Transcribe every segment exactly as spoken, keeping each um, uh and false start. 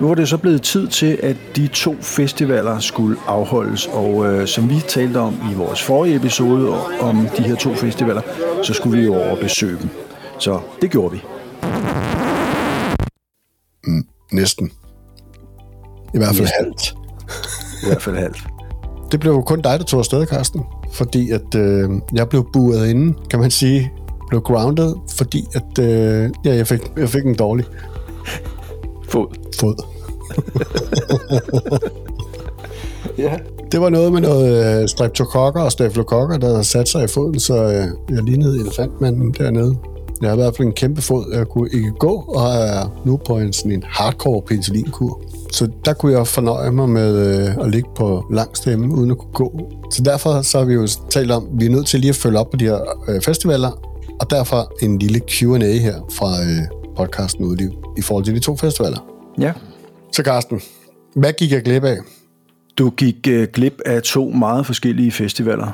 Nu var det så blevet tid til, at de to festivaler skulle afholdes, og øh, som vi talte om i vores forrige episode om de her to festivaler, så skulle vi jo over besøge dem. Så det gjorde vi. Mm, næsten. I hvert fald halvt. I hvert fald halvt. Det blev jo kun dig, der tog afsted, Carsten. Fordi at øh, jeg blev buret inde, kan man sige. Blev grounded, fordi at øh, ja, jeg, fik, jeg fik en dårlig fod. Fod. Ja. Det var noget med noget øh, streptokokker og stafylokokker, der havde sat sig i foden, så øh, jeg lignede elefantmanden dernede. Jeg har i hvert fald en kæmpe fod. Jeg kunne ikke gå, og er nu på en, sådan en hardcore penicillinkur. Så der kunne jeg fornøje mig med øh, at ligge på lang stemme, uden at kunne gå. Så derfor så har vi jo talt om, at vi er nødt til lige at følge op på de her øh, festivaler, og derfor en lille Q and A her fra øh, podcasten Udeliv i forhold til de to festivaler. Ja. Så Carsten, hvad gik jeg glip af? Du gik øh, glip af to meget forskellige festivaler,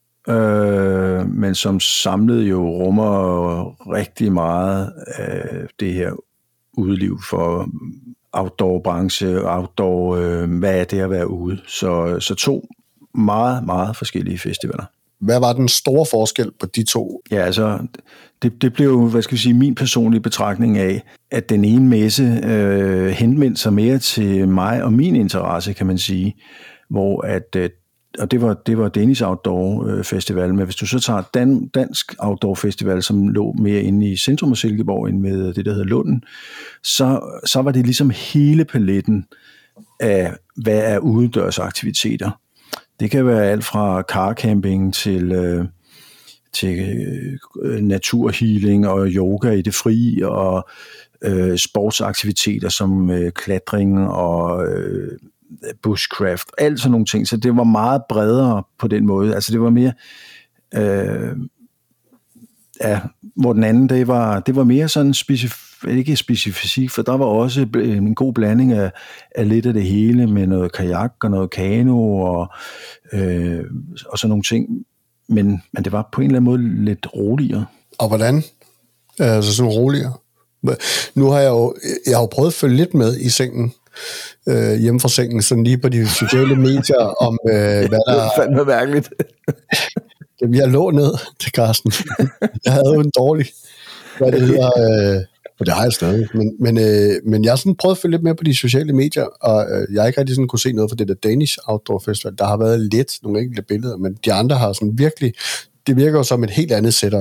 øh, men som samlet jo rummer rigtig meget af det her udeliv for outdoor-branche, outdoor, øh, hvad er det at være ude. Så, så to meget, meget forskellige festivaler. Hvad var den store forskel på de to? Ja, altså, det, det blev jo, hvad skal vi sige, min personlige betragtning af, at den ene messe øh, henvendte sig mere til mig og min interesse, kan man sige, hvor at, øh, og det var, det var Danish Outdoor Festival, men hvis du så tager Dan, Dansk Outdoor Festival, som lå mere inde i centrum af Silkeborg, end med det, der hedder Lunden, så, så var det ligesom hele paletten af, hvad er udendørsaktiviteter. Det kan være alt fra carcamping til, øh, til øh, naturhealing og yoga i det fri, og øh, sportsaktiviteter som øh, klatring og øh, bushcraft, alt sådan nogle ting. Så det var meget bredere på den måde. Altså det var mere, øh, ja, hvor den anden, det var, det var mere sådan specif- ikke specifik, for der var også en god blanding af, af lidt af det hele, med noget kajak og noget kano og, øh, og sådan nogle ting. Men, men det var på en eller anden måde lidt roligere. Og hvordan? Altså sådan roligere? Nu har jeg jo, jeg har jo prøvet at følge lidt med i sengen, øh, hjemme fra sengen, sådan lige på de sociale medier, om øh, hvad der... Det er fandme mærkeligt. Jamen, jeg lå ned til Carsten. Jeg havde jo en dårlig, hvad det hedder, øh, og det har jeg stadig, men, men, øh, men jeg har sådan prøvet at følge lidt med på de sociale medier, og øh, jeg har ikke rigtig sådan kunne se noget fra det der Danish Outdoor Festival. Der har været lidt nogle enkelte billeder, men de andre har sådan virkelig, det virker jo som et helt andet setup.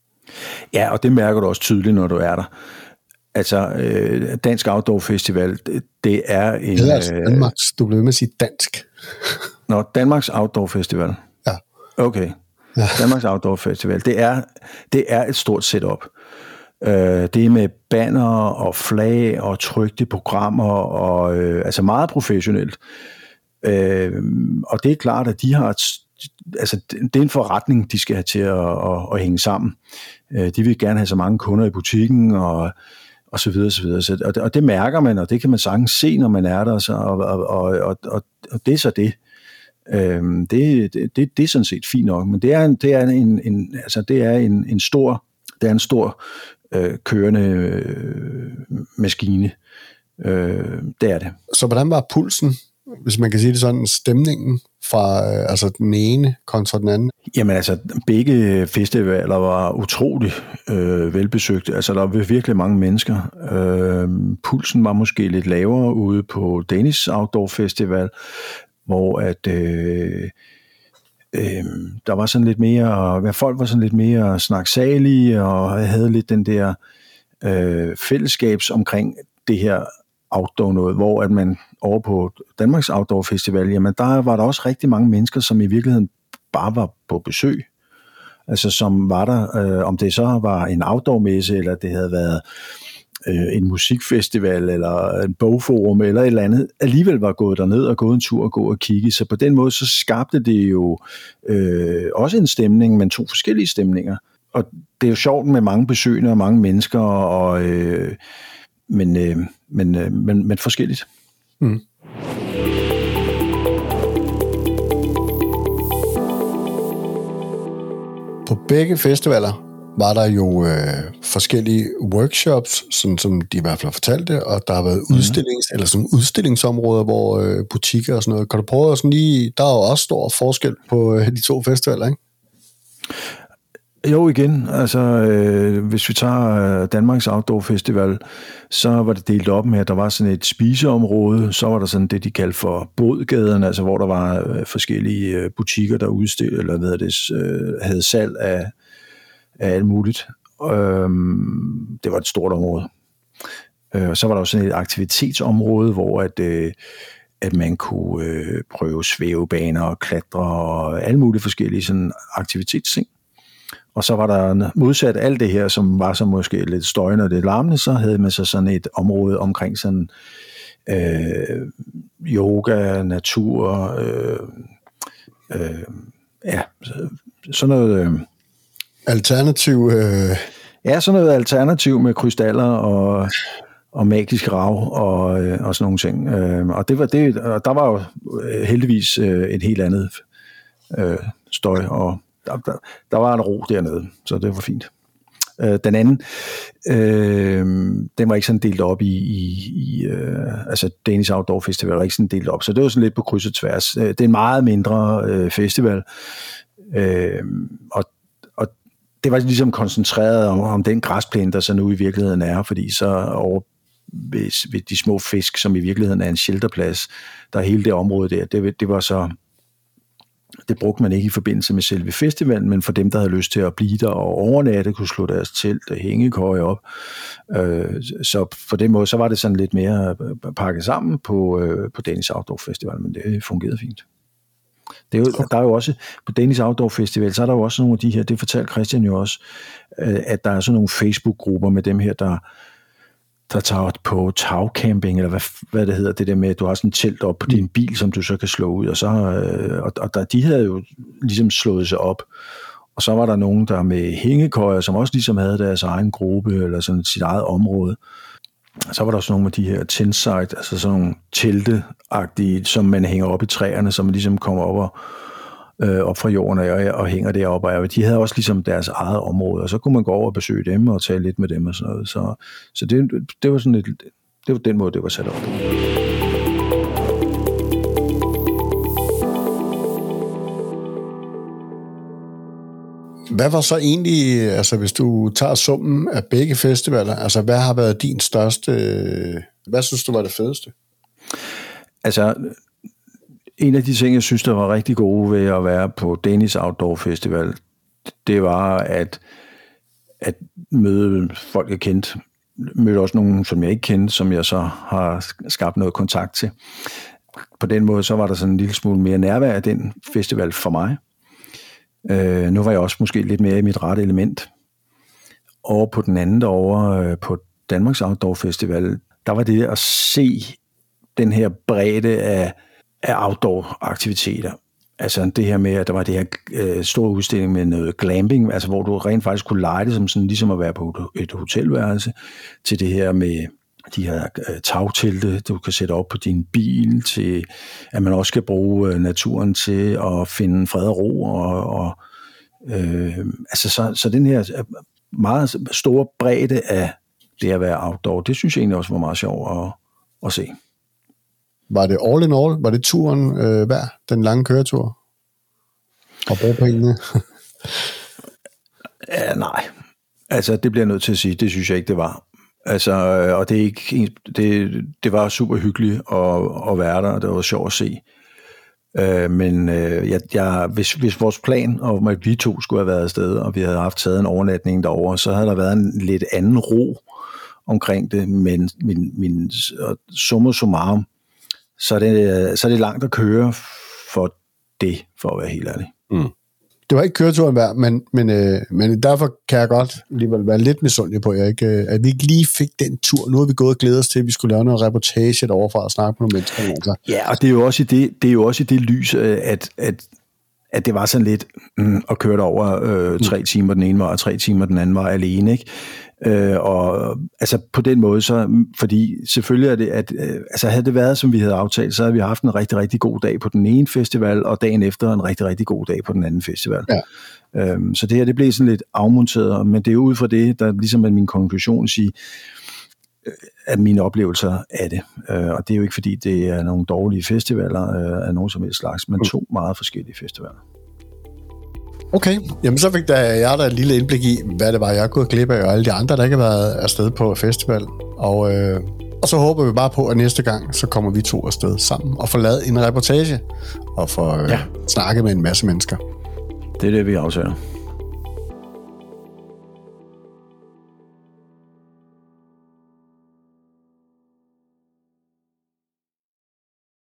Ja, og det mærker du også tydeligt, når du er der. Altså, øh, Dansk Outdoor Festival, det, det er en... Det er altså Danmarks, du blev med at sige dansk. Nå, Danmarks Outdoor Festival. Ja. Okay. Ja. Danmarks Outdoor Festival, det er, det er et stort setup. Øh, det er med banner og flag og trykte programmer, og øh, altså meget professionelt. Øh, og det er klart, at de har... Altså, det er en forretning, de skal have til at, at, at hænge sammen. Øh, de vil gerne have så mange kunder i butikken, og og så videre, så videre. Så, og, det, og det mærker man, og det kan man sagtens se, når man er der, så, og, og, og, og, og det er så det. Øhm, det, det, det, det er sådan set fint nok, men det er en, det er en, en, altså det er en, en stor, det er en stor øh, kørende øh, maskine. Øh, det er det. Så hvordan var pulsen, hvis man kan sige det sådan, stemningen fra øh, altså den ene kontra den anden? Jamen altså, begge festivaler var utrolig øh, velbesøgte. Altså, der var virkelig mange mennesker. Øh, pulsen var måske lidt lavere ude på Danish Outdoor Festival, hvor at øh, øh, der var sådan lidt mere, folk var sådan lidt mere snaksalige, og havde lidt den der øh, fællesskabs omkring det her outdoor noget, hvor at man over på Danmarks Outdoor Festival, jamen der var der også rigtig mange mennesker, som i virkeligheden bare var på besøg. Altså som var der, øh, om det så var en outdoor-messe, eller det havde været øh, en musikfestival, eller en bogforum, eller et eller andet, alligevel var gået derned og gået en tur og gå og kigge. Så på den måde, så skabte det jo øh, også en stemning, men to forskellige stemninger. Og det er jo sjovt med mange besøgende og mange mennesker, og øh, men, øh, men, øh, men, men forskelligt. Mm. På begge festivaler var der jo øh, forskellige workshops, sådan som de i hvert fald har fortalt det, og der har været udstillings, mm. eller sådan udstillingsområder, hvor øh, butikker og sådan noget. Kan du prøve at sådan lige, der er jo også stor forskel på øh, de to festivaler, ikke? Jo, igen, altså øh, hvis vi tager Danmarks Outdoor Festival, så var det delt op med, at der var sådan et spiseområde, så var der sådan det, de kaldte for bådgaderne, altså hvor der var øh, forskellige øh, butikker, der udstillede, eller hvad det, øh, havde salg af, af alt muligt. Øhm, det var et stort område. Øh, og så var der også sådan et aktivitetsområde, hvor at, øh, at man kunne øh, prøve svævebaner og klatre og alle mulige forskellige sådan aktivitetsting. Og så var der modsat alt det her, som var så måske lidt støjende og lidt larmende, så havde man så sådan et område omkring sådan øh, yoga, natur, øh, øh, ja, sådan noget... Øh, Alternativ... Øh... Ja, sådan noget alternativ med krystaller og, og magisk rav og, øh, og sådan nogle ting. Øh, og, det var det, og der var jo heldigvis øh, et helt andet øh, støj, og der, der, der var en ro dernede, så det var fint. Øh, den anden, øh, den var ikke sådan delt op i, i, i øh, altså Danish Outdoor Festival var ikke sådan delt op, så det var sådan lidt på kryds og tværs. Det er en meget mindre øh, festival, øh, og det var ligesom koncentreret om, om den græsplæne, der så nu i virkeligheden er, fordi så over ved, ved de små fisk, som i virkeligheden er en shelterplads, der hele det område der, det, det var så, det brugte man ikke i forbindelse med selve festivalen, men for dem, der havde lyst til at blive der og overnatte, kunne slå deres telt og hængekøje op. Øh, så på den måde, så var det sådan lidt mere pakket sammen på, øh, på Danish Outdoor Festival, men det fungerede fint. Det er jo, der er jo også, på Danish Outdoor Festival, så er der jo også nogle af de her, det fortalte Christian jo også, at der er sådan nogle Facebook-grupper med dem her, der, der tager på tagcamping, eller hvad, hvad det hedder, det der med, at du har sådan et telt op på din bil, som du så kan slå ud, og, så, og, og der, de havde jo ligesom slået sig op, og så var der nogen, der med hængekøjer, som også ligesom havde deres egen gruppe, eller sådan sit eget område. Så var der også nogle af de her tent site, altså sådan nogle telte-agtige, som man hænger op i træerne, som man ligesom kommer op, og, øh, op fra jorden og, og hænger deroppe. Og de havde også ligesom deres eget område, og så kunne man gå over og besøge dem og tale lidt med dem og sådan noget. Så, så det, det var sådan et, det var den måde, det var sat op. Hvad var så egentlig, altså hvis du tager summen af begge festivaler, altså hvad har været din største, hvad synes du var det fedeste? Altså, en af de ting, jeg synes, der var rigtig gode ved at være på Danish Outdoor Festival, det var at, at møde folk, jeg kendte. Mødte også nogen, som jeg ikke kendte, som jeg så har skabt noget kontakt til. På den måde, så var der sådan en lille smule mere nærvær af den festival for mig. Uh, nu var jeg også måske lidt mere i mit rette element. Og på den anden derovre, uh, på Danmarks Outdoor Festival, der var det at se den her bredde af, af outdoor-aktiviteter. Altså det her med, at der var det her uh, store udstilling med noget glamping, altså hvor du rent faktisk kunne lege det som sådan, ligesom at være på et hotelværelse, til det her med de her uh, tagtelte, du kan sætte op på din bil, til at man også kan bruge uh, naturen til at finde fred og ro, og, og øh, altså så, så den her meget store bredde af det at være outdoor, det synes jeg egentlig også var meget sjovt at, at se. Var det all in all? Var det turen øh, værd, den lange køretur? Og bruge pengene? Ja, nej. Altså, det bliver jeg nødt til at sige, det synes jeg ikke, det var. Altså, og det er ikke, det, det var super hyggeligt at, at være der, og det var sjovt at se. Øh, men øh, jeg, jeg, hvis, hvis vores plan om, at vi to skulle have været afsted, og vi havde haft taget en overnatning derovre, så havde der været en lidt anden ro omkring det, men min, min summa summarum, så er, det, så er det langt at køre for det, for at være helt ærlig. Mm. Det var ikke køreturen værd, men, men, øh, men derfor kan jeg godt alligevel være lidt misundelig på, at, jeg ikke, at vi ikke lige fik den tur. Nu har vi gået og glædet os til, at vi skulle lave noget reportage derovre fra og snakke med nogle mennesker. Altså. Ja, og det er jo også i det, det, er jo også i det lys, at, at, at det var sådan lidt mm, at køre over øh, tre timer den ene vej, og tre timer den anden vej alene, ikke? Øh, og altså på den måde, så, fordi selvfølgelig er det, at øh, altså havde det været, som vi havde aftalt, så havde vi haft en rigtig, rigtig god dag på den ene festival, og dagen efter en rigtig, rigtig god dag på den anden festival. Ja. Øhm, så det her, det blev sådan lidt afmonteret, men det er ud fra det, der ligesom er min konklusion at sige, af mine oplevelser af det. Og det er jo ikke, fordi det er nogle dårlige festivaler af nogen som helst slags, men to meget forskellige festivaler. Okay, jamen så fik der, jeg der et lille indblik i, hvad det var, jeg er gået glip af, og alle de andre, der ikke har været afsted på festival. Og, øh, og så håber vi bare på, at næste gang, så kommer vi to afsted sammen og får lavet en reportage og får øh, ja. snakket med en masse mennesker. Det er det, vi aftager.